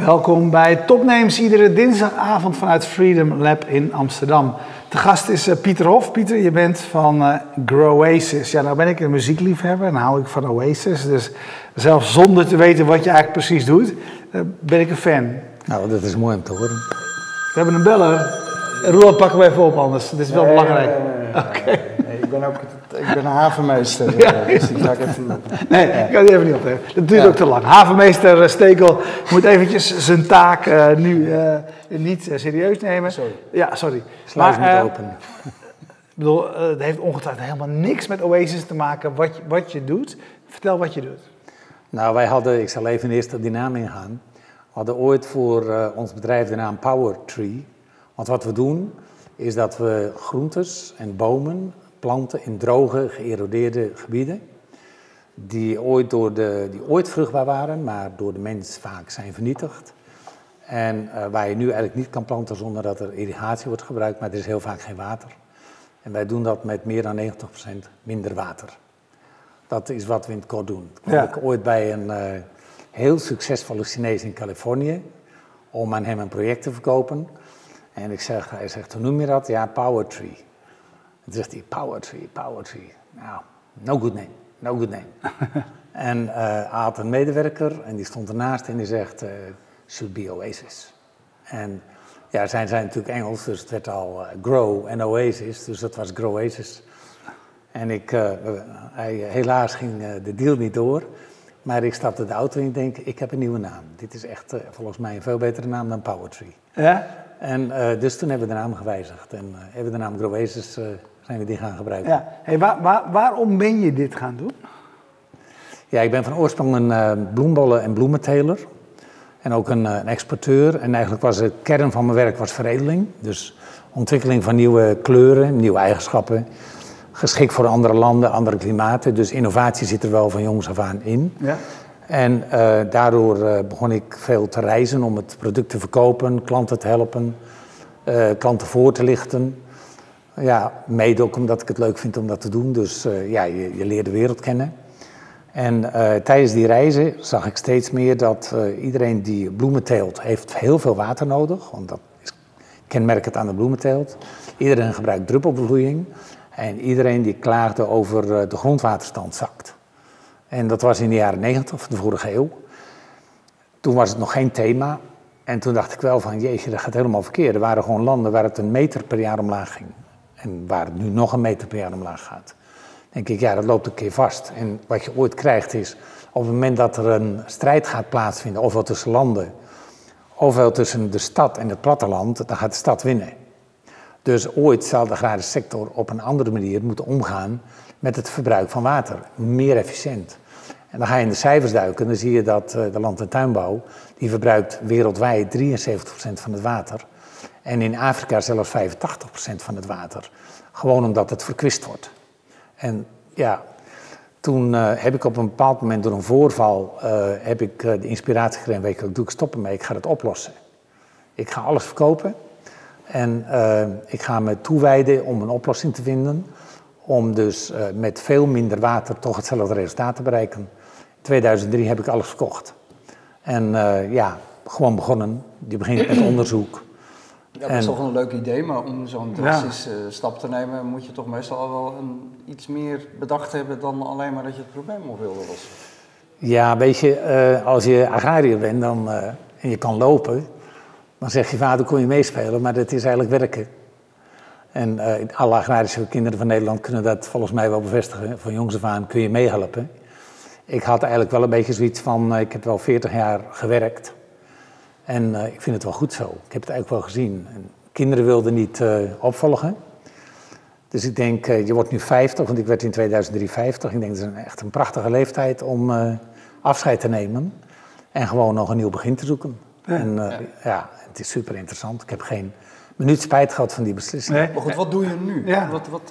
Welkom bij Topnames, iedere dinsdagavond vanuit Freedom Lab in Amsterdam. De gast is Pieter Hof. Pieter, je bent van Growasis. Ja, nou ben ik een muziekliefhebber en hou ik van Oasis. Dus zelfs zonder te weten wat je eigenlijk precies doet, ben ik een fan. Nou, dat is mooi om te horen. We hebben een beller. Roel, pakken we even op anders. Dit is wel belangrijk. Okay. Nee, ik ben een havenmeester, dus die ga ik even... Nee, ik kan die even niet opnemen. Dat duurt ook te lang. Havenmeester Stekel moet eventjes zijn taak nu niet serieus nemen. Sorry. Ja, sorry. Sluis moet open. Ik bedoel, het heeft ongetwijfeld helemaal niks met Oasis te maken wat je doet. Vertel wat je doet. Nou, wij hadden, ik zal even eerst op die naam ingaan. We hadden ooit voor ons bedrijf de naam Power Tree. Want wat we doen, is dat we groentes en bomen planten in droge, geërodeerde gebieden. Die ooit vruchtbaar waren, maar door de mens vaak zijn vernietigd. En waar je nu eigenlijk niet kan planten zonder dat er irrigatie wordt gebruikt, maar er is heel vaak geen water. En wij doen dat met meer dan 90% minder water. Dat is wat we in het kort doen. Toen kwam ik ooit bij een heel succesvolle Chinees in Californië om aan hem een project te verkopen. En hij zegt, hoe noem je dat? Ja, Power Tree. En toen zegt hij, Power Tree. Nou, no good name. En hij had een medewerker en die stond ernaast en die zegt, should be Oasis. En ja, zijn natuurlijk Engels, dus het werd al Grow en Oasis, dus dat was Growasis. En helaas ging de deal niet door, maar ik stapte de auto in en denk, ik heb een nieuwe naam. Dit is echt volgens mij een veel betere naam dan Power Tree. Ja? En dus toen hebben we de naam gewijzigd en hebben we de naam Growasis zijn we die gaan gebruiken. Ja. Hey, waarom ben je dit gaan doen? Ja, ik ben van oorsprong een bloembollen- en bloementeler. En ook een exporteur. En eigenlijk was de kern van mijn werk was veredeling. Dus ontwikkeling van nieuwe kleuren, nieuwe eigenschappen. Geschikt voor andere landen, andere klimaten. Dus innovatie zit er wel van jongs af aan in. Ja. En daardoor begon ik veel te reizen om het product te verkopen, klanten te helpen, klanten voor te lichten. Ja, mede ook omdat ik het leuk vind om dat te doen. Dus je leert de wereld kennen. En tijdens die reizen zag ik steeds meer dat iedereen die bloemen teelt, heeft heel veel water nodig. Want dat is kenmerkend aan de bloementeelt. Iedereen gebruikt druppelbevloeiing. En iedereen die klaagde over de grondwaterstand zakt. En dat was in de jaren 90 van de vorige eeuw. Toen was het nog geen thema. En toen dacht ik wel van, jeetje, dat gaat helemaal verkeerd. Er waren gewoon landen waar het 1 meter per jaar omlaag ging. En waar het nu nog 1 meter per jaar omlaag gaat. Denk ik, ja, dat loopt een keer vast. En wat je ooit krijgt is, op het moment dat er een strijd gaat plaatsvinden, ofwel tussen landen, ofwel tussen de stad en het platteland, dan gaat de stad winnen. Dus ooit zal de agrarische sector op een andere manier moeten omgaan met het verbruik van water. Meer efficiënt. En dan ga je in de cijfers duiken en dan zie je dat de land- en tuinbouw, die verbruikt wereldwijd 73% van het water. En in Afrika zelfs 85% van het water. Gewoon omdat het verkwist wordt. En ja, toen heb ik op een bepaald moment door een voorval de inspiratie gekregen, weet ik, doe ik stoppen mee, ik ga het oplossen. Ik ga alles verkopen en ik ga me toewijden om een oplossing te vinden, om dus met veel minder water toch hetzelfde resultaat te bereiken. In 2003 heb ik alles verkocht. En gewoon begonnen, je begint met onderzoek. Ja, dat is toch een leuk idee, maar om zo'n drastische stap te nemen moet je toch meestal al wel iets meer bedacht hebben dan alleen maar dat je het probleem op wilde lossen. Ja, weet je, als je agrariër bent en je kan lopen, dan zeg je vader, kon je meespelen, maar dat is eigenlijk werken. En alle agrarische kinderen van Nederland kunnen dat volgens mij wel bevestigen. Van jongs af aan kun je meehelpen. Ik had eigenlijk wel een beetje zoiets van, ik heb wel 40 jaar gewerkt. En ik vind het wel goed zo. Ik heb het eigenlijk wel gezien. En kinderen wilden niet opvolgen. Dus ik denk, je wordt nu 50, want ik werd in 2003 50. Ik denk, dat is echt een prachtige leeftijd om afscheid te nemen. En gewoon nog een nieuw begin te zoeken. Ja. En het is super interessant. Ik heb geen minuut spijt gehad van die beslissing. Nee. Maar goed, wat doe je nu? Ja.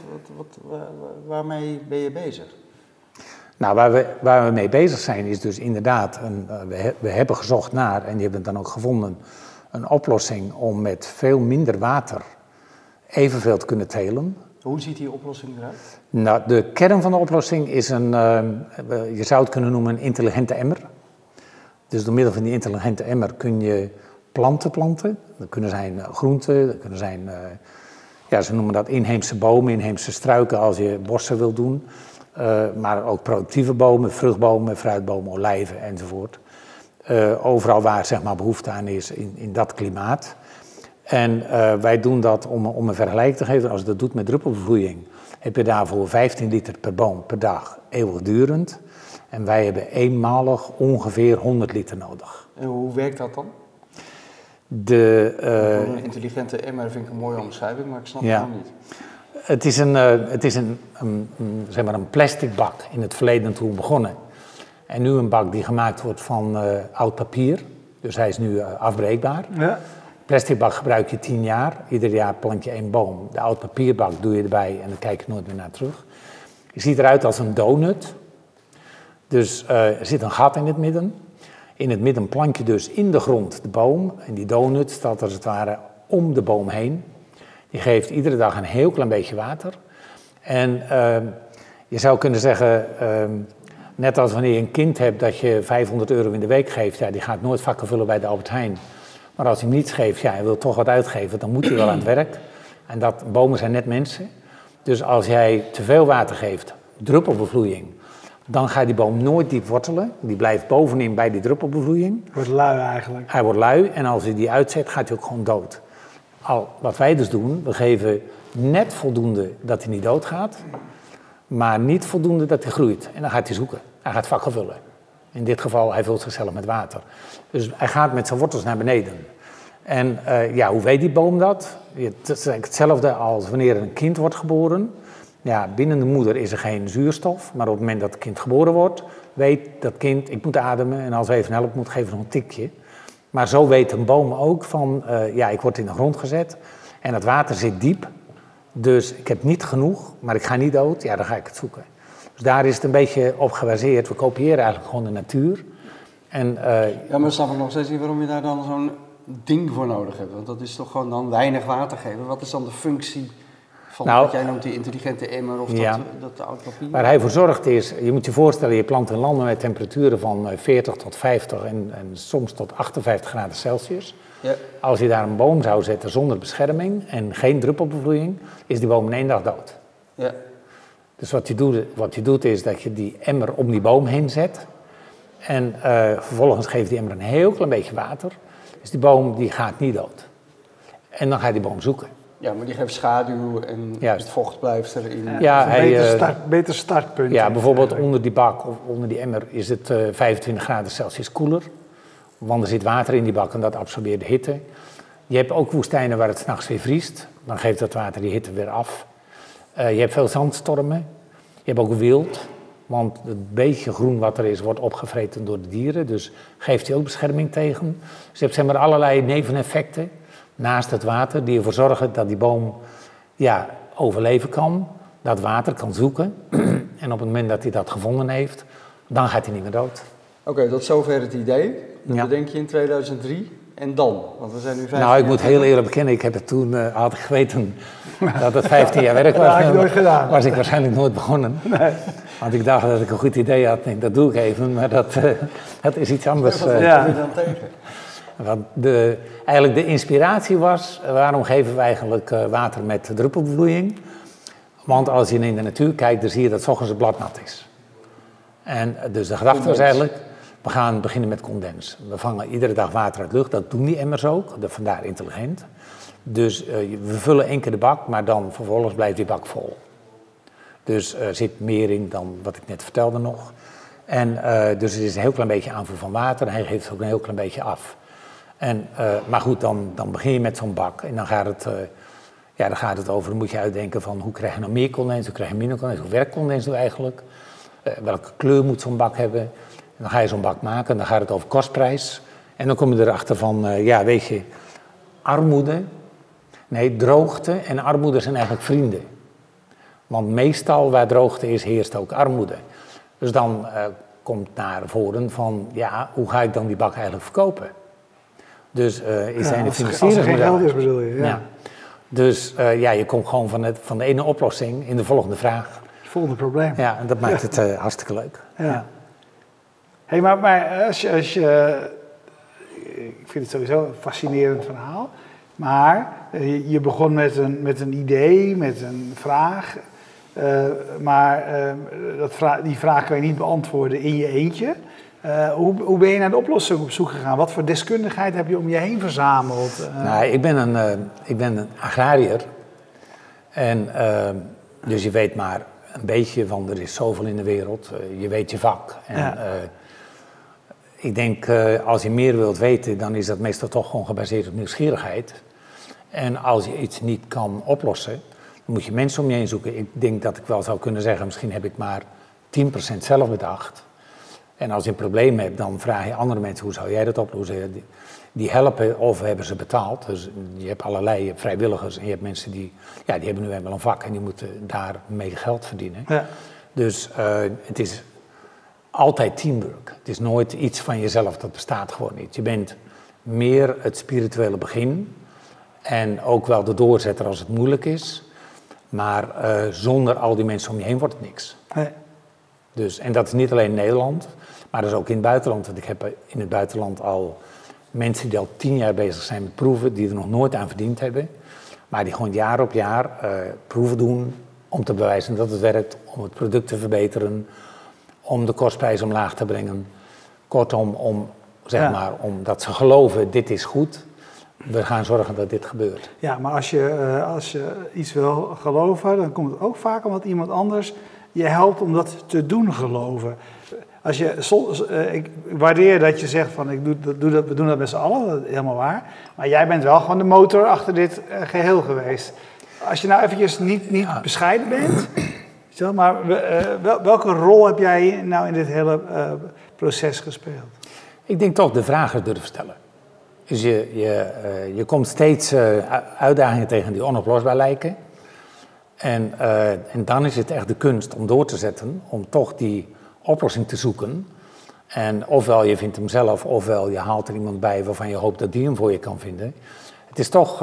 Waarmee ben je bezig? Nou, waar we mee bezig zijn is dus inderdaad, we hebben gezocht naar, en die hebben het dan ook gevonden, een oplossing om met veel minder water evenveel te kunnen telen. Hoe ziet die oplossing eruit? Nou, de kern van de oplossing is je zou het kunnen noemen een intelligente emmer. Dus door middel van die intelligente emmer kun je planten planten. Dat kunnen zijn groenten, dat kunnen zijn, ze noemen dat inheemse bomen, inheemse struiken als je bossen wil doen. Maar ook productieve bomen, vruchtbomen, fruitbomen, olijven enzovoort. Overal waar zeg maar, behoefte aan is in dat klimaat. En wij doen dat om een vergelijking te geven. Als je dat doet met druppelbevloeiing, heb je daarvoor 15 liter per boom per dag, eeuwigdurend. En wij hebben eenmalig ongeveer 100 liter nodig. En hoe werkt dat dan? Een intelligente emmer vind ik een mooie omschrijving, maar ik snap het nog niet. Het is zeg maar een plastic bak, in het verleden toen begonnen. En nu een bak die gemaakt wordt van oud papier. Dus hij is nu afbreekbaar. Ja. Plastic bak gebruik je 10 jaar. Ieder jaar plant je 1 boom. De oud papierbak doe je erbij en dan kijk je nooit meer naar terug. Je ziet eruit als een donut. Dus er zit een gat in het midden. In het midden plant je dus in de grond de boom. En die donut staat als het ware om de boom heen. Die geeft iedere dag een heel klein beetje water. En je zou kunnen zeggen, net als wanneer je een kind hebt dat je €500 in de week geeft. Ja, die gaat nooit vakken vullen bij de Albert Heijn. Maar als hij hem niets geeft, ja, hij wil toch wat uitgeven, dan moet hij wel aan het werk. En bomen zijn net mensen. Dus als jij te veel water geeft, druppelbevloeiing, dan gaat die boom nooit diep wortelen. Die blijft bovenin bij die druppelbevloeiing. Wordt lui eigenlijk. Hij wordt lui en als je die uitzet, gaat hij ook gewoon dood. Wat wij dus doen, we geven net voldoende dat hij niet doodgaat, maar niet voldoende dat hij groeit. En dan gaat hij zoeken. Hij gaat vakken vullen. In dit geval, hij vult zichzelf met water. Dus hij gaat met zijn wortels naar beneden. En hoe weet die boom dat? Het is hetzelfde als wanneer een kind wordt geboren. Ja, binnen de moeder is er geen zuurstof, maar op het moment dat het kind geboren wordt, weet dat kind, ik moet ademen en als we even helpen moet, geven we nog een tikje. Maar zo weet een boom ook van, ik word in de grond gezet en het water zit diep, dus ik heb niet genoeg, maar ik ga niet dood, ja, dan ga ik het zoeken. Dus daar is het een beetje op gebaseerd. We kopiëren eigenlijk gewoon de natuur. En, ja, maar snap ik nog steeds niet waarom je daar dan zo'n ding voor nodig hebt. Want dat is toch gewoon dan weinig water geven. Wat is dan de functie van wat jij noemt die intelligente emmer of dat oud papier? Waar hij voor zorgt is, je moet je voorstellen, je plant in landen met temperaturen van 40 tot 50 en soms tot 58 graden Celsius. Ja. Als je daar een boom zou zetten zonder bescherming en geen druppelbevloeiing, is die boom in 1 dag dood. Ja. Dus wat je doet is dat je die emmer om die boom heen zet. En vervolgens geeft die emmer een heel klein beetje water. Dus die boom die gaat niet dood. En dan gaat die boom zoeken. Ja, maar die geeft schaduw en het vocht blijft erin. Beter startpunt. Ja, bijvoorbeeld onder die bak of onder die emmer is het 25 graden Celsius koeler. Want er zit water in die bak en dat absorbeert de hitte. Je hebt ook woestijnen waar het 's nachts weer vriest. Dan geeft dat water die hitte weer af. Je hebt veel zandstormen. Je hebt ook wild. Want het beetje groen wat er is, wordt opgevreten door de dieren. Dus geeft hij ook bescherming tegen. Dus je hebt zeg maar allerlei neveneffecten naast het water die ervoor zorgen dat die boom overleven kan. Dat water kan zoeken. En op het moment dat hij dat gevonden heeft, dan gaat hij niet meer dood. Oké, tot zover het idee. Dat bedenk je in 2003. En dan? Want we zijn nu 15 jaar. Nou, ik moet heel eerlijk bekennen, ik heb het toen, had ik geweten dat het 15 jaar werk was. Dat had ik nooit gedaan. Was ik waarschijnlijk nooit begonnen. Nee. Want ik dacht dat ik een goed idee had. Denk, dat doe ik even, maar dat is iets anders. Wat kom je dan tegen? Want eigenlijk de inspiratie was, waarom geven we eigenlijk water met druppelbevloeiing? Want als je in de natuur kijkt, dan zie je dat 's ochtends het blad nat is. En dus de gedachte was eigenlijk, we gaan beginnen met condens. We vangen iedere dag water uit de lucht, dat doen die emmers ook, vandaar intelligent. Dus we vullen 1 keer de bak, maar dan vervolgens blijft die bak vol. Dus er zit meer in dan wat ik net vertelde nog. En dus het is een heel klein beetje aanvoer van water en hij geeft het ook een heel klein beetje af. En, maar goed, dan begin je met zo'n bak en dan gaat het over, dan moet je uitdenken van hoe krijg je nou meer condens, hoe krijg je minder condens, hoe werkt condens nu eigenlijk? Welke kleur moet zo'n bak hebben? En dan ga je zo'n bak maken en dan gaat het over kostprijs. En dan kom je erachter van, weet je, droogte en armoede zijn eigenlijk vrienden. Want meestal waar droogte is, heerst ook armoede. Dus dan komt naar voren van, hoe ga ik dan die bak eigenlijk verkopen? Dus zijn de financieringsmodellen. Als er geen geld is, bedoel je. Ja. Dus je komt gewoon van de ene oplossing in de volgende vraag. Het volgende probleem. Ja, en dat maakt het hartstikke leuk. Ja. Hey, maar als je ik vind het sowieso een fascinerend verhaal. Maar je begon met een idee, met een vraag. Maar die vraag kan je niet beantwoorden in je eentje. Hoe ben je naar de oplossing op zoek gegaan? Wat voor deskundigheid heb je om je heen verzameld? Nou, ik ben een agrariër. En dus je weet maar een beetje van er is zoveel in de wereld. Je weet je vak. En, ja. Ik denk als je meer wilt weten, dan is dat meestal toch gewoon gebaseerd op nieuwsgierigheid. En als je iets niet kan oplossen, dan moet je mensen om je heen zoeken. Ik denk dat ik wel zou kunnen zeggen, misschien heb ik maar 10% zelf bedacht. En als je een probleem hebt, dan vraag je andere mensen, hoe zou jij dat oplossen? Die helpen of hebben ze betaald. Dus je hebt allerlei vrijwilligers en je hebt mensen die hebben nu eenmaal een vak en die moeten daarmee geld verdienen. Ja. Dus het is altijd teamwork. Het is nooit iets van jezelf, dat bestaat gewoon niet. Je bent meer het spirituele begin en ook wel de doorzetter als het moeilijk is. Maar zonder al die mensen om je heen wordt het niks. Nee. Dus, en dat is niet alleen in Nederland, maar dat is ook in het buitenland. Want ik heb in het buitenland al mensen die al 10 jaar bezig zijn met proeven, die er nog nooit aan verdiend hebben. Maar die gewoon jaar op jaar proeven doen om te bewijzen dat het werkt, om het product te verbeteren, om de kostprijs omlaag te brengen. Kortom, omdat ze geloven, dit is goed. We gaan zorgen dat dit gebeurt. Ja, maar als je iets wil geloven, dan komt het ook vaak omdat iemand anders je helpt om dat te doen geloven. Ik waardeer dat je zegt van we doen dat met z'n allen, dat is helemaal waar. Maar jij bent wel gewoon de motor achter dit geheel geweest. Als je nou eventjes niet bescheiden bent, maar welke rol heb jij nou in dit hele proces gespeeld? Ik denk toch de vragen durven stellen. Dus je komt steeds uitdagingen tegen die onoplosbaar lijken. En dan is het echt de kunst om door te zetten, om toch die oplossing te zoeken. En ofwel je vindt hem zelf, ofwel je haalt er iemand bij waarvan je hoopt dat die hem voor je kan vinden. Het is toch,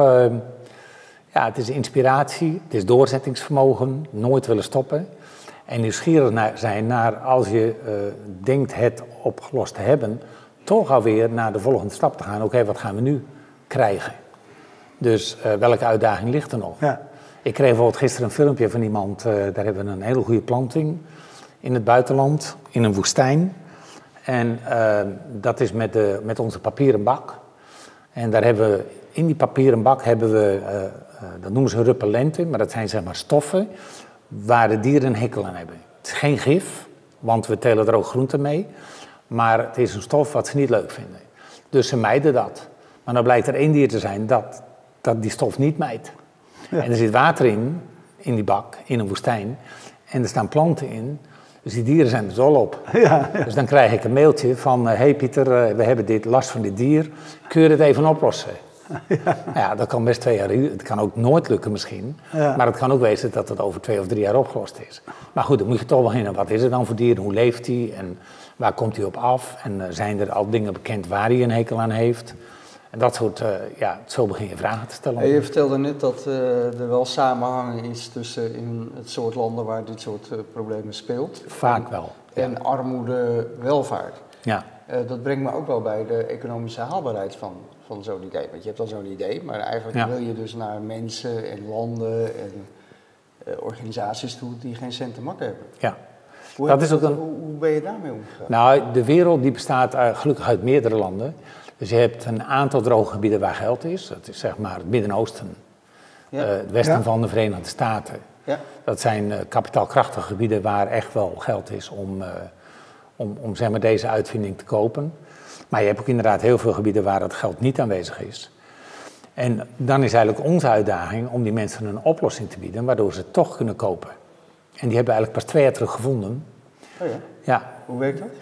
het is inspiratie, het is doorzettingsvermogen, nooit willen stoppen. En nieuwsgierig zijn naar, als je denkt het opgelost te hebben, toch alweer naar de volgende stap te gaan. Oké, wat gaan we nu krijgen? Dus welke uitdaging ligt er nog? Ja. Ik kreeg bijvoorbeeld gisteren een filmpje van iemand, daar hebben we een hele goede planting in het buitenland, in een woestijn. En dat is met onze papieren bak. En daar hebben we, in die papieren bak hebben we, dat noemen ze repellenten, maar dat zijn zeg maar stoffen waar de dieren een hekel aan hebben. Het is geen gif, want we telen er ook groenten mee. Maar het is een stof wat ze niet leuk vinden. Dus ze mijden dat. Maar dan blijkt er één dier te zijn dat die stof niet mijdt. Ja. En er zit water in die bak, in een woestijn. En er staan planten in. Dus die dieren zijn er dol op. Ja. Dus dan krijg ik een mailtje van, hey Pieter, we hebben last van dit dier. Kun je het even oplossen? Ja, dat kan best 2 jaar duren. Het kan ook nooit lukken misschien. Ja. Maar het kan ook wezen dat het over 2 of 3 jaar opgelost is. Maar goed, dan moet je toch wel heen. Wat is het dan voor dier? Hoe leeft hij? En waar komt hij op af? En zijn er al dingen bekend waar hij een hekel aan heeft? En dat soort, zo begin je vragen te stellen. En je vertelde net dat er wel samenhang is tussen in het soort landen waar dit soort problemen speelt. Vaak wel. En armoede, welvaart. Ja. Dat brengt me ook wel bij de economische haalbaarheid van zo'n idee. Want je hebt dan zo'n idee, maar eigenlijk wil je dus naar mensen en landen en organisaties toe die geen cent te makken hebben. Ja. Hoe ben je daarmee omgegaan? Nou, de wereld die bestaat gelukkig uit meerdere landen. Dus je hebt een aantal droge gebieden waar geld is. Dat is zeg maar het Midden-Oosten, het westen van de Verenigde Staten. Ja. Dat zijn kapitaalkrachtige gebieden waar echt wel geld is om zeg maar deze uitvinding te kopen. Maar je hebt ook inderdaad heel veel gebieden waar dat geld niet aanwezig is. En dan is eigenlijk onze uitdaging om die mensen een oplossing te bieden waardoor ze het toch kunnen kopen. En die hebben we eigenlijk pas 2 jaar terug gevonden. Oh ja? Ja. Hoe werkt dat?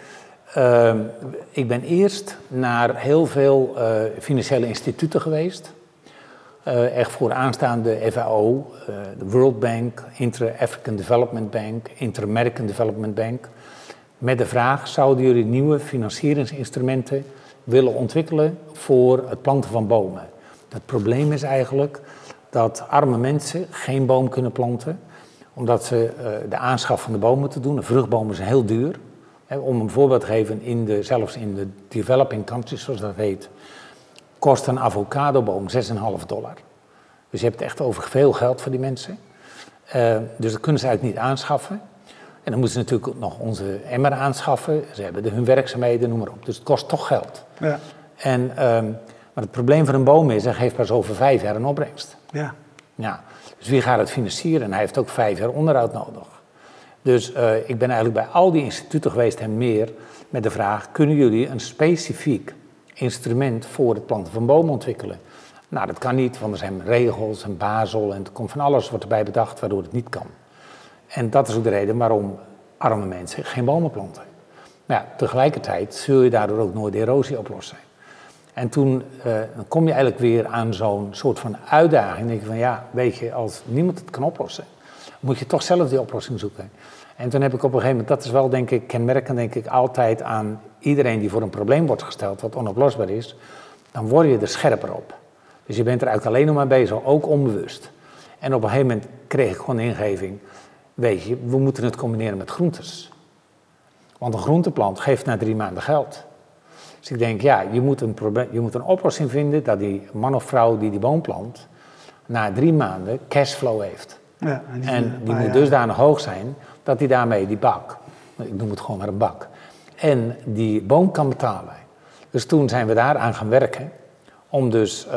Ik ben eerst naar heel veel financiële instituten geweest. Echt voor aanstaande FAO, de World Bank, Inter-African Development Bank, Inter-American Development Bank. Met de vraag, zouden jullie nieuwe financieringsinstrumenten willen ontwikkelen voor het planten van bomen? Het probleem is eigenlijk dat arme mensen geen boom kunnen planten, omdat ze de aanschaf van de boom moeten doen. De vruchtbomen zijn heel duur. Om een voorbeeld te geven, zelfs in de developing countries, zoals dat heet, kost een avocadoboom $6,5. Dus je hebt het echt over veel geld voor die mensen. Dus dat kunnen ze eigenlijk niet aanschaffen. En dan moeten ze natuurlijk ook nog onze emmer aanschaffen. Ze hebben hun werkzaamheden, noem maar op. Dus het kost toch geld. Ja. Maar het probleem van een boom is, hij geeft pas over 5 jaar een opbrengst. Ja. Ja. Dus wie gaat het financieren? En hij heeft ook 5 jaar onderhoud nodig. Dus ik ben eigenlijk bij al die instituten geweest en meer met de vraag, kunnen jullie een specifiek instrument voor het planten van bomen ontwikkelen? Nou, dat kan niet, want er zijn regels en Basel en er komt van alles wordt erbij bedacht waardoor het niet kan. En dat is ook de reden waarom arme mensen geen bomen planten. Nou ja, tegelijkertijd zul je daardoor ook nooit de erosie oplossen. En toen kom je eigenlijk weer aan zo'n soort van uitdaging. Dan denk je van ja, weet je, als niemand het kan oplossen, moet je toch zelf die oplossing zoeken. En toen heb ik op een gegeven moment, dat is wel denk ik kenmerkend denk ik altijd aan iedereen die voor een probleem wordt gesteld wat onoplosbaar is, dan word je er scherper op. Dus je bent er eigenlijk alleen nog maar bezig, ook onbewust. En op een gegeven moment kreeg ik gewoon de ingeving, weet je, we moeten het combineren met groentes. Want een groenteplant geeft na 3 maanden geld. Dus ik denk, ja, je moet een oplossing vinden dat die man of vrouw die boom plant, na 3 maanden cashflow heeft. Ja, en die moet dusdanig hoog zijn dat hij daarmee die bak, ik noem het gewoon maar een bak, en die boom kan betalen. Dus toen zijn we daaraan gaan werken om dus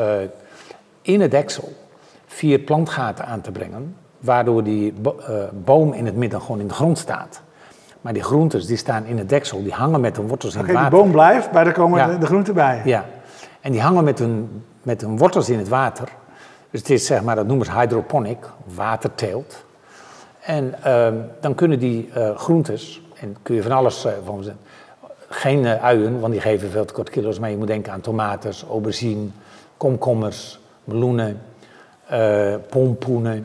in het deksel 4 plantgaten aan te brengen, waardoor die boom in het midden gewoon in de grond staat. Maar die groentes die staan in het deksel, die hangen met hun wortels in het water. Die boom blijft, maar daar komen de groenten bij. Ja, en die hangen met hun wortels in het water. Dus het is zeg maar, dat noemen ze hydroponic, waterteelt. En dan kunnen die groentes, en kun je van alles van zetten. Geen uien, want die geven veel te kort kilo's, maar je moet denken aan tomaten, aubergine, komkommers, meloenen, pompoenen.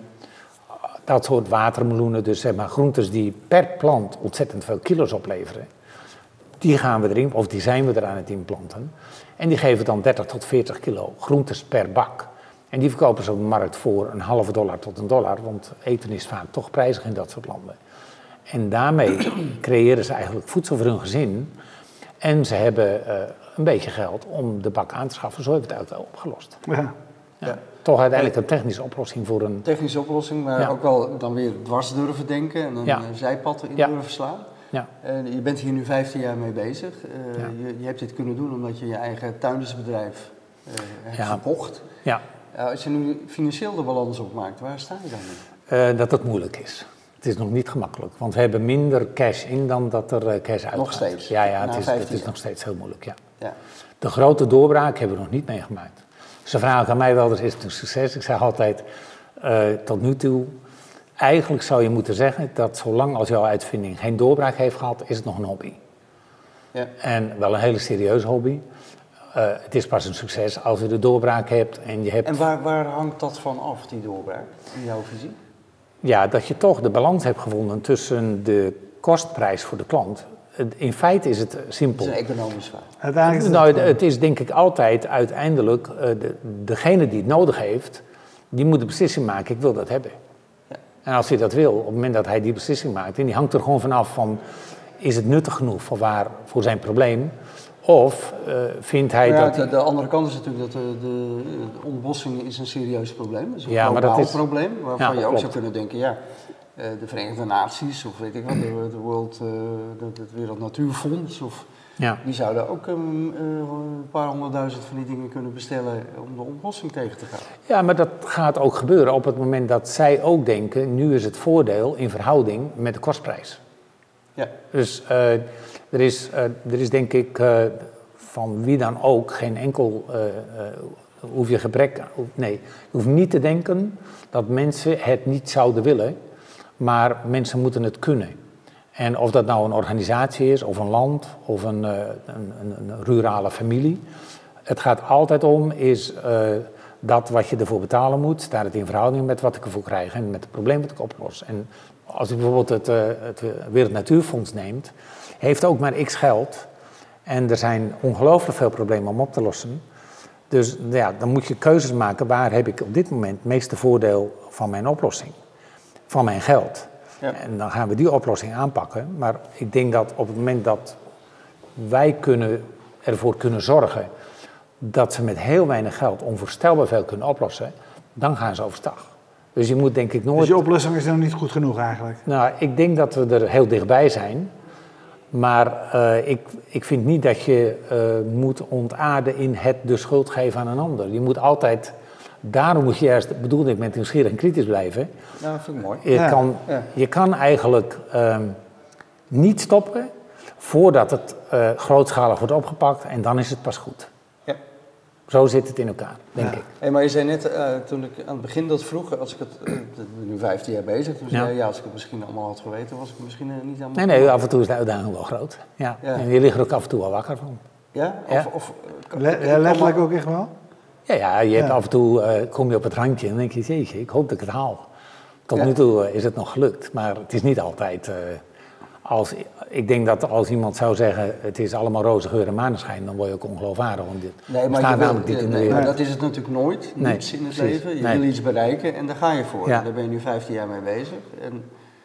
Dat soort watermeloenen, dus zeg maar groentes die per plant ontzettend veel kilo's opleveren. Die gaan we erin, of die zijn we er aan het inplanten. En die geven dan 30 tot 40 kilo groentes per bak. En die verkopen ze op de markt voor $0,50 tot $1, want eten is vaak toch prijzig in dat soort landen. En daarmee creëren ze eigenlijk voedsel voor hun gezin. En ze hebben een beetje geld om de bak aan te schaffen. Zo hebben we het eigenlijk wel opgelost. Ja. Ja. Toch uiteindelijk een technische oplossing voor een... Technische oplossing, maar ook wel dan weer dwars durven denken en een zijpad in durven slaan. Ja. Je bent hier nu 15 jaar mee bezig. Je hebt dit kunnen doen omdat je je eigen tuindersbedrijf hebt gekocht. Ja. Als je nu financieel de balans opmaakt, waar sta je dan mee? Dat het moeilijk is. Het is nog niet gemakkelijk, want we hebben minder cash in dan dat er cash uitgaat. Nog steeds? Ja, het is nog steeds heel moeilijk, ja. De grote doorbraak hebben we nog niet meegemaakt. Ze vragen aan mij wel, is het een succes? Ik zeg altijd, tot nu toe, eigenlijk zou je moeten zeggen dat zolang als jouw uitvinding geen doorbraak heeft gehad, is het nog een hobby. Ja. En wel een hele serieuze hobby. Het is pas een succes als je de doorbraak hebt en je hebt... En waar hangt dat van af, die doorbraak, in jouw visie? Ja, dat je toch de balans hebt gevonden tussen de kostprijs voor de klant. In feite is het simpel. Het is een economisch feit. Het is denk ik altijd uiteindelijk degene die het nodig heeft, die moet de beslissing maken, ik wil dat hebben. Ja. En als hij dat wil, op het moment dat hij die beslissing maakt, en die hangt er gewoon vanaf van, is het nuttig genoeg voor zijn probleem? Of vindt hij dat... De andere kant is natuurlijk dat de ontbossing is een serieus probleem. Dat is een globaal probleem, waarvan je ook zou kunnen denken, de Verenigde Naties of weet ik wat, het Wereld Natuurfonds, die zouden ook een paar 100.000 van die dingen kunnen bestellen om de ontbossing tegen te gaan. Ja, maar dat gaat ook gebeuren op het moment dat zij ook denken, nu is het voordeel in verhouding met de kostprijs. Ja. Dus er is denk ik van wie dan ook geen enkel, hoef je gebrek, nee, je hoeft niet te denken dat mensen het niet zouden willen, maar mensen moeten het kunnen. En of dat nou een organisatie is, of een land, of een rurale familie. Het gaat altijd om, is dat wat je ervoor betalen moet, staat het in verhouding met wat ik ervoor krijg en met het probleem wat ik oplos. En als ik bijvoorbeeld het Wereld Natuurfonds neemt, heeft ook maar x geld. En er zijn ongelooflijk veel problemen om op te lossen. Dus ja, dan moet je keuzes maken, waar heb ik op dit moment het meeste voordeel van mijn oplossing, van mijn geld. Ja. En dan gaan we die oplossing aanpakken. Maar ik denk dat op het moment dat wij ervoor kunnen zorgen dat ze met heel weinig geld onvoorstelbaar veel kunnen oplossen, dan gaan ze overstag. Dus je moet denk ik nooit... Dus je oplossing is nog niet goed genoeg eigenlijk? Nou, ik denk dat we er heel dichtbij zijn. Maar ik vind niet dat je moet ontaarden in het de schuld geven aan een ander. Je moet altijd... Daarom moet je juist, bedoelde ik, met nieuwsgierig en kritisch blijven. Ja, dat vind ik mooi. Je kan eigenlijk niet stoppen voordat het grootschalig wordt opgepakt en dan is het pas goed. Ja. Zo zit het in elkaar, denk ik. Hey, maar je zei net, toen ik aan het begin dat vroeg, als ik het, ik ben nu 15 jaar bezig, toen zei je, als ik het misschien allemaal had geweten, was ik misschien niet helemaal... Nee, af en toe is de uitdaging wel groot. Ja. Ja. En je ligt er ook af en toe wel wakker van. Ja? Letterlijk ook echt wel? Ja, je hebt af en toe kom je op het randje en denk je, jeetje, ik hoop dat ik het haal. Tot nu toe is het nog gelukt, maar het is niet altijd... ik denk dat als iemand zou zeggen, het is allemaal roze geur en maneschijn, dan word je ook ongeloofwaardig. Want maar dat is het natuurlijk nooit, niets in het leven. Je wil iets bereiken en daar ga je voor. Ja. Daar ben je nu 15 jaar mee bezig. En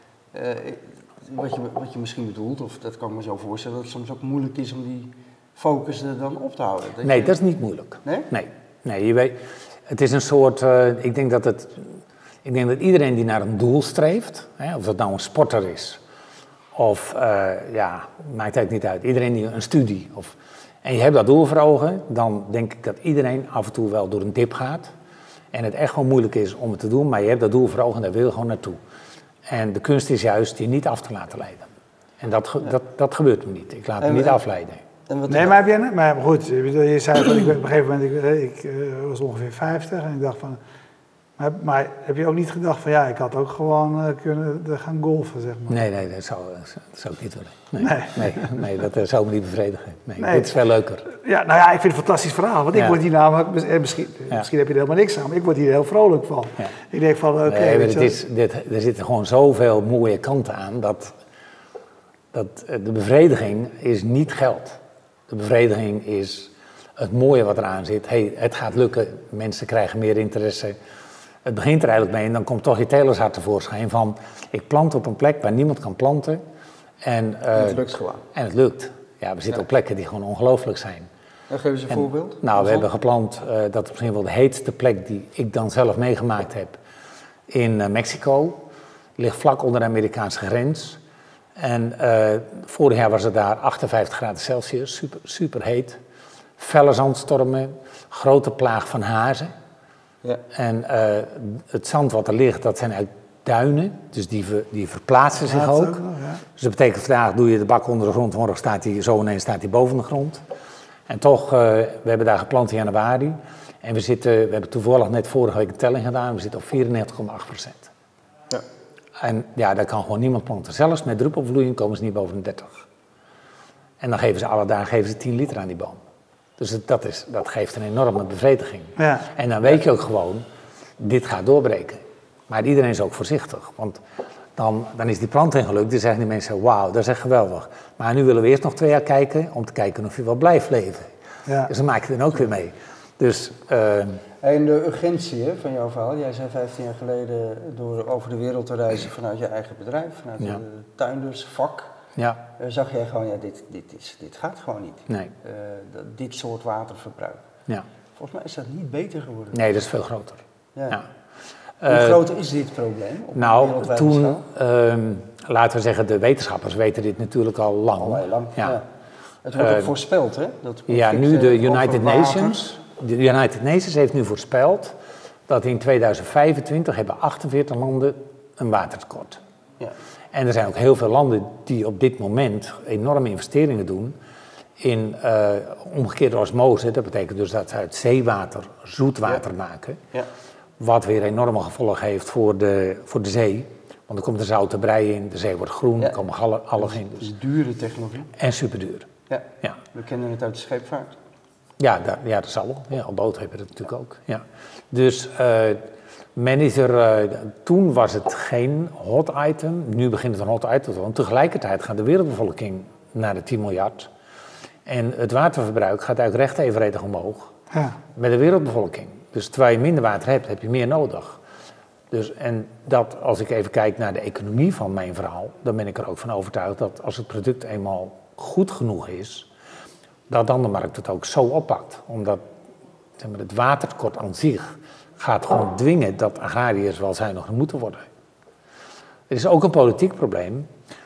wat je misschien bedoelt, of dat kan ik me zo voorstellen, dat het soms ook moeilijk is om die focus er dan op te houden. Dat is niet moeilijk. Nee, je weet, het is een soort, ik denk dat iedereen die naar een doel streeft, of dat nou een sporter is, of maakt het niet uit, iedereen die een studie, en je hebt dat doel voor ogen, dan denk ik dat iedereen af en toe wel door een dip gaat. En het echt gewoon moeilijk is om het te doen, maar je hebt dat doel voor ogen en daar wil je gewoon naartoe. En de kunst is juist je niet af te laten leiden. En dat gebeurt me niet. Ik laat me niet afleiden. Maar goed, je zei dat op een gegeven moment, ik was ongeveer 50 en ik dacht van... Maar heb je ook niet gedacht van ik had ook gewoon kunnen gaan golfen, zeg maar? Nee, dat zou ik niet willen. Nee, dat zou me niet bevredigen. Nee, dit is veel leuker. Ja, nou ja, ik vind het een fantastisch verhaal. Want ik word hier namelijk, misschien heb je er helemaal niks aan, maar ik word hier heel vrolijk van. Ja. Ik denk van, er zitten gewoon zoveel mooie kanten aan dat de bevrediging is niet geld. De bevrediging is het mooie wat eraan zit. Het gaat lukken, mensen krijgen meer interesse. Het begint er eigenlijk mee en dan komt toch je telershart tevoorschijn van... ik plant op een plek waar niemand kan planten. En het lukt gewoon. En het lukt. Ja, we zitten op plekken die gewoon ongelooflijk zijn. Geef eens een voorbeeld. Nou, we hebben geplant, dat is misschien wel de heetste plek die ik dan zelf meegemaakt heb... in Mexico. Ligt vlak onder de Amerikaanse grens. En vorig jaar was het daar 58 graden Celsius, super, super heet. Felle zandstormen, grote plaag van hazen. Ja. En het zand wat er ligt, dat zijn uit duinen, dus die verplaatsen zich ook. Dus dat betekent vandaag doe je de bak onder de grond, morgen staat die zo ineens boven de grond. En toch, we hebben daar geplant in januari. En we hebben toevallig net vorige week een telling gedaan, we zitten op 94,8%. Ja. En ja, daar kan gewoon niemand planten. Zelfs met druppelvloeiing komen ze niet boven de 30. En dan geven ze alle dagen 10 liter aan die boom. Dus dat geeft een enorme bevrediging. Ja. En dan weet je ook gewoon, dit gaat doorbreken. Maar iedereen is ook voorzichtig. Want dan is die planting gelukt. Dan zeggen die mensen, wauw, dat is echt geweldig. Maar nu willen we eerst nog 2 jaar kijken, om te kijken of je wel blijft leven. Ja. Dus dan maak je dan ook weer mee. Dus, en de urgentie van jouw verhaal. Jij zei 15 jaar geleden door over de wereld te reizen vanuit je eigen bedrijf. Vanuit de tuindersvak. Ja. Zag jij gewoon, dit gaat gewoon niet. Nee. Dit soort waterverbruik. Ja. Volgens mij is dat niet beter geworden. Nee, dat is veel groter. Ja. Ja. Hoe groot is dit probleem? Toen, laten we zeggen, de wetenschappers weten dit natuurlijk al lang. Al heel lang, ja. Het wordt ook voorspeld, hè? Dat nu de United Nations. De United Nations heeft nu voorspeld dat in 2025 hebben 48 landen een watertekort. Ja. En er zijn ook heel veel landen die op dit moment enorme investeringen doen in omgekeerde osmose. Dat betekent dus dat ze uit zeewater zoetwater maken. Ja. Wat weer enorme gevolgen heeft voor de zee. Want er komt een zoute brei in, de zee wordt groen, er komen algen in. Dus dure technologie. En superduur. Ja. Ja. We kennen het uit de scheepvaart. Ja, dat zal wel. Ja, op boot hebben we dat natuurlijk ook. Ja. Dus toen was het geen hot item. Nu begint het een hot item te worden. Tegelijkertijd gaat de wereldbevolking naar de 10 miljard. En het waterverbruik gaat eigenlijk recht evenredig omhoog met de wereldbevolking. Dus terwijl je minder water hebt, heb je meer nodig. Dus, en dat, als ik even kijk naar de economie van mijn verhaal, dan ben ik er ook van overtuigd dat als het product eenmaal goed genoeg is, dat dan de markt het ook zo oppakt. Omdat zeg maar, het watertekort aan zich gaat gewoon dwingen dat agrariërs wel zuiniger moeten worden. Er is ook een politiek probleem.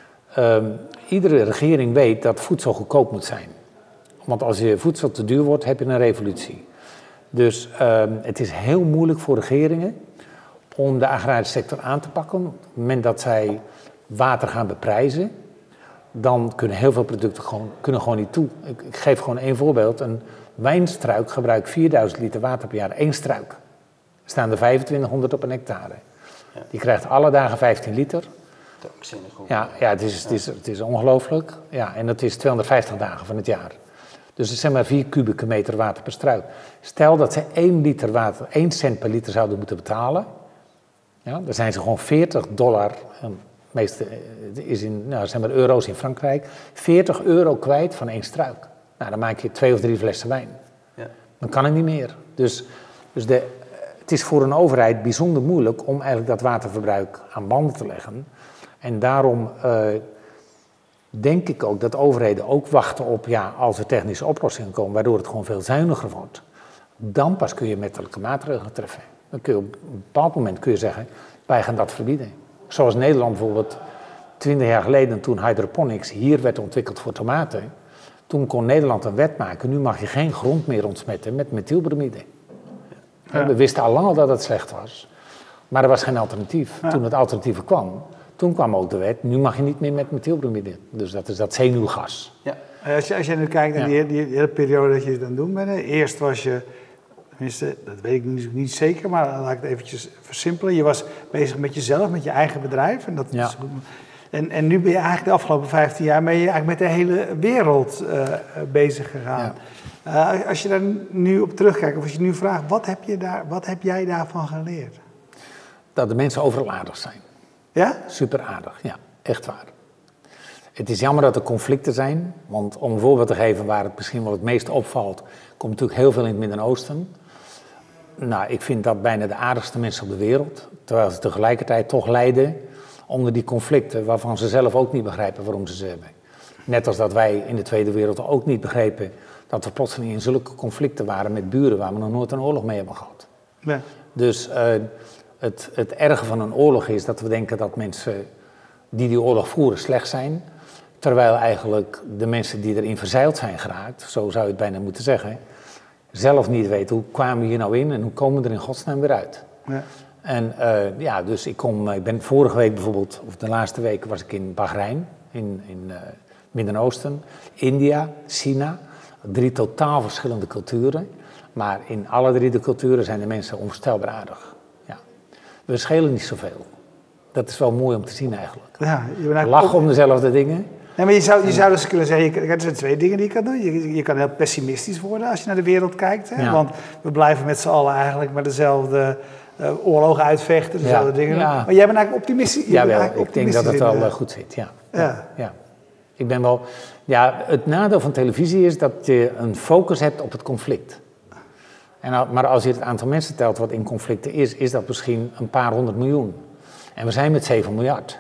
Iedere regering weet dat voedsel goedkoop moet zijn. Want als je voedsel te duur wordt, heb je een revolutie. Dus het is heel moeilijk voor regeringen om de agrarische sector aan te pakken. Op het moment dat zij water gaan beprijzen, dan kunnen heel veel producten gewoon niet toe. Ik geef gewoon één voorbeeld. Een wijnstruik gebruikt 4000 liter water per jaar. 1 struik. Er staan er 2500 op een hectare. Ja. Die krijgt alle dagen 15 liter. Ja, het is ongelooflijk. Ja, en dat is 250 dagen van het jaar. Dus het zijn maar 4 kubieke meter water per struik. Stel dat ze 1 liter water, 1 cent per liter zouden moeten betalen. Ja, dan zijn ze gewoon $40, meeste is zijn maar euro's in Frankrijk, €40 kwijt van 1 struik. Nou, dan maak je 2 of 3 flessen wijn. Ja. Dan kan het niet meer. Dus het is voor een overheid bijzonder moeilijk om eigenlijk dat waterverbruik aan banden te leggen. En daarom denk ik ook dat overheden ook wachten op, als er technische oplossingen komen, waardoor het gewoon veel zuiniger wordt. Dan pas kun je mettelijke maatregelen treffen. Dan kun je op een bepaald moment zeggen, wij gaan dat verbieden. Zoals Nederland bijvoorbeeld 20 jaar geleden, toen hydroponics hier werd ontwikkeld voor tomaten, toen kon Nederland een wet maken, nu mag je geen grond meer ontsmetten met methylbromide. Ja. We wisten al lang al dat het slecht was, maar er was geen alternatief. Ja. Toen het alternatief kwam, toen kwam ook de wet, nu mag je niet meer met methylbromide. Dus dat is dat zenuwgas. Ja. Als je nu kijkt naar die hele periode dat je het aan het doen bent, eerst was je, tenminste, dat weet ik niet zeker, maar laat ik het eventjes versimpelen. Je was bezig met jezelf, met je eigen bedrijf. En, dat is goed. En nu ben je eigenlijk de afgelopen 15 jaar eigenlijk met de hele wereld bezig gegaan. Ja. Als je daar nu op terugkijkt, of als je nu vraagt, wat heb jij daarvan geleerd? Dat de mensen overal aardig zijn. Ja? Super aardig, ja, echt waar. Het is jammer dat er conflicten zijn, want om een voorbeeld te geven waar het misschien wel het meest opvalt, komt natuurlijk heel veel in het Midden-Oosten. Nou, ik vind dat bijna de aardigste mensen op de wereld, terwijl ze tegelijkertijd toch lijden onder die conflicten waarvan ze zelf ook niet begrijpen waarom ze hebben. Net als dat wij in de Tweede Wereld ook niet begrepen dat we plotseling in zulke conflicten waren met buren waar we nog nooit een oorlog mee hebben gehad. Ja. Dus het erge van een oorlog is dat we denken dat mensen die oorlog voeren slecht zijn, terwijl eigenlijk de mensen die erin verzeild zijn geraakt, zo zou je het bijna moeten zeggen, zelf niet weten hoe kwamen we hier nou in en hoe komen we er in godsnaam weer uit. Ja. En dus ik ben vorige week bijvoorbeeld, of de laatste week was ik in Bahrein, in Midden-Oosten, India, China, 3 totaal verschillende culturen, maar in alle 3 de culturen zijn de mensen onvoorstelbaar aardig. Ja. We schelen niet zoveel. Dat is wel mooi om te zien eigenlijk. Ja, lachen om dezelfde dingen. Nee, maar je zou dus kunnen zeggen, er zijn 2 dingen die je kan doen. Je kan heel pessimistisch worden als je naar de wereld kijkt. Hè? Ja. Want we blijven met z'n allen eigenlijk met dezelfde oorlogen uitvechten, dezelfde dingen. Ja. Maar jij bent eigenlijk optimistisch. Ik denk dat het wel goed zit, ja. Ik ben wel... Ja, het nadeel van televisie is dat je een focus hebt op het conflict. Maar als je het aantal mensen telt wat in conflicten is dat misschien een paar 100 miljoen. En we zijn met 7 miljard.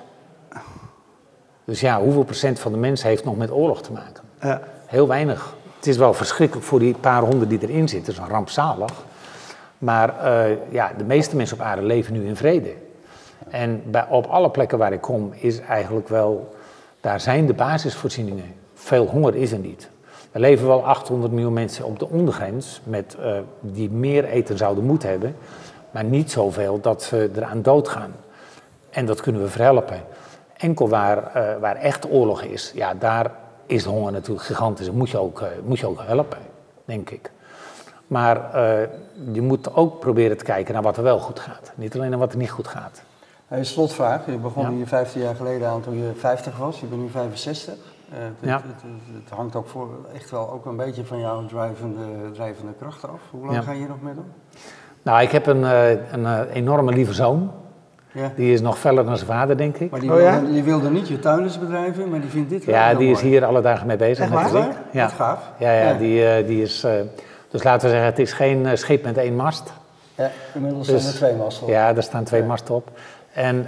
Dus hoeveel procent van de mensen heeft nog met oorlog te maken? Ja. Heel weinig. Het is wel verschrikkelijk voor die paar 100 die erin zitten. Dat is rampzalig. Maar de meeste mensen op aarde leven nu in vrede. En op alle plekken waar ik kom is eigenlijk wel... Daar zijn de basisvoorzieningen. Veel honger is er niet. Er leven wel 800 miljoen mensen op de ondergrens die meer eten zouden moeten hebben. Maar niet zoveel dat ze eraan doodgaan. En dat kunnen we verhelpen. Enkel waar echt oorlog is, daar is de honger natuurlijk gigantisch. Dat moet je ook helpen, denk ik. Maar je moet ook proberen te kijken naar wat er wel goed gaat. Niet alleen naar wat er niet goed gaat. Een slotvraag. Je begon hier 15 jaar geleden aan toen je 50 was. Je bent nu 65. Het hangt ook echt wel ook een beetje van jouw drijvende kracht af. Hoe lang ga je hier nog mee doen? Nou, ik heb een enorme lieve zoon. Ja. Die is nog feller dan zijn vader, denk ik. Maar die wilde niet je tuin bedrijven, maar die vindt dit wel die is hier alle dagen mee bezig. Echt waar? Ja. Dat is gaaf. Die is... Dus laten we zeggen, het is geen schip met 1 mast. Ja, inmiddels zijn er 2 masten op. Ja, er staan 2 masten op. En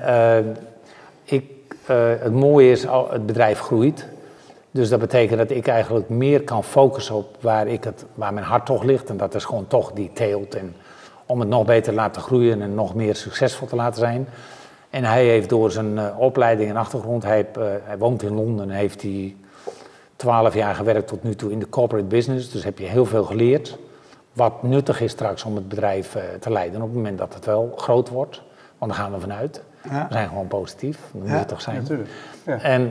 het mooie is, het bedrijf groeit. Dus dat betekent dat ik eigenlijk meer kan focussen op waar mijn hart toch ligt. En dat is gewoon toch die teelt. En om het nog beter te laten groeien en nog meer succesvol te laten zijn. En hij heeft door zijn opleiding en achtergrond, hij woont in Londen en heeft hij 12 jaar gewerkt tot nu toe in de corporate business. Dus heb je heel veel geleerd. Wat nuttig is straks om het bedrijf te leiden op het moment dat het wel groot wordt. Want daar gaan we vanuit. Ja. We zijn gewoon positief. Dat moet toch zijn. Natuurlijk. Ja. En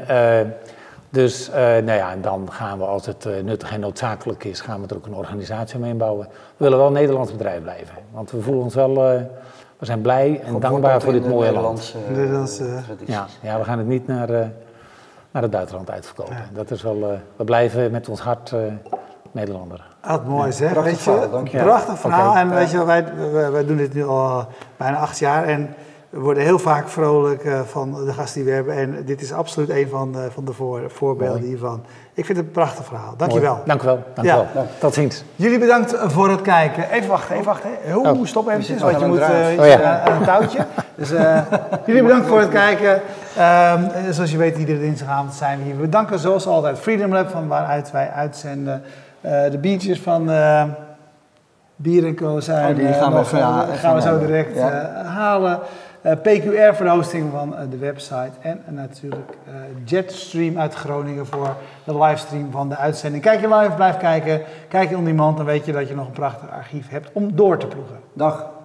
dan gaan we, als het nuttig en noodzakelijk is, gaan we er ook een organisatie mee inbouwen. We willen wel een Nederlands bedrijf blijven. Want we voelen ons wel, we zijn blij en dankbaar voor dit mooie land. Ja, we gaan het niet naar het buitenland uitverkopen. Ja. Dat is wel, we blijven met ons hart Nederlander. Wat mooi zeg, prachtig verhaal, dank je. Prachtig verhaal. Okay. En weet je, wij doen dit nu al bijna 8 jaar en we worden heel vaak vrolijk van de gasten die we hebben. En dit is absoluut een van de voorbeelden hiervan. Ik vind het een prachtig verhaal. Dank je wel. Dank u wel. Dank wel. Tot ziens. Jullie bedankt voor het kijken. Even wachten. Stop eventjes, want je moet een touwtje. Dus jullie bedankt voor het kijken. Zoals je weet, iedere dinsdagavond zijn we hier. We bedanken zoals altijd Freedom Lab, van waaruit wij uitzenden. De biertjes van Bier & Co zijn die gaan we zo direct halen. PQR voor de hosting van de website. En natuurlijk Jetstream uit Groningen voor de livestream van de uitzending. Kijk je live, blijf kijken. Kijk je on demand, dan weet je dat je nog een prachtig archief hebt om door te ploegen. Dag.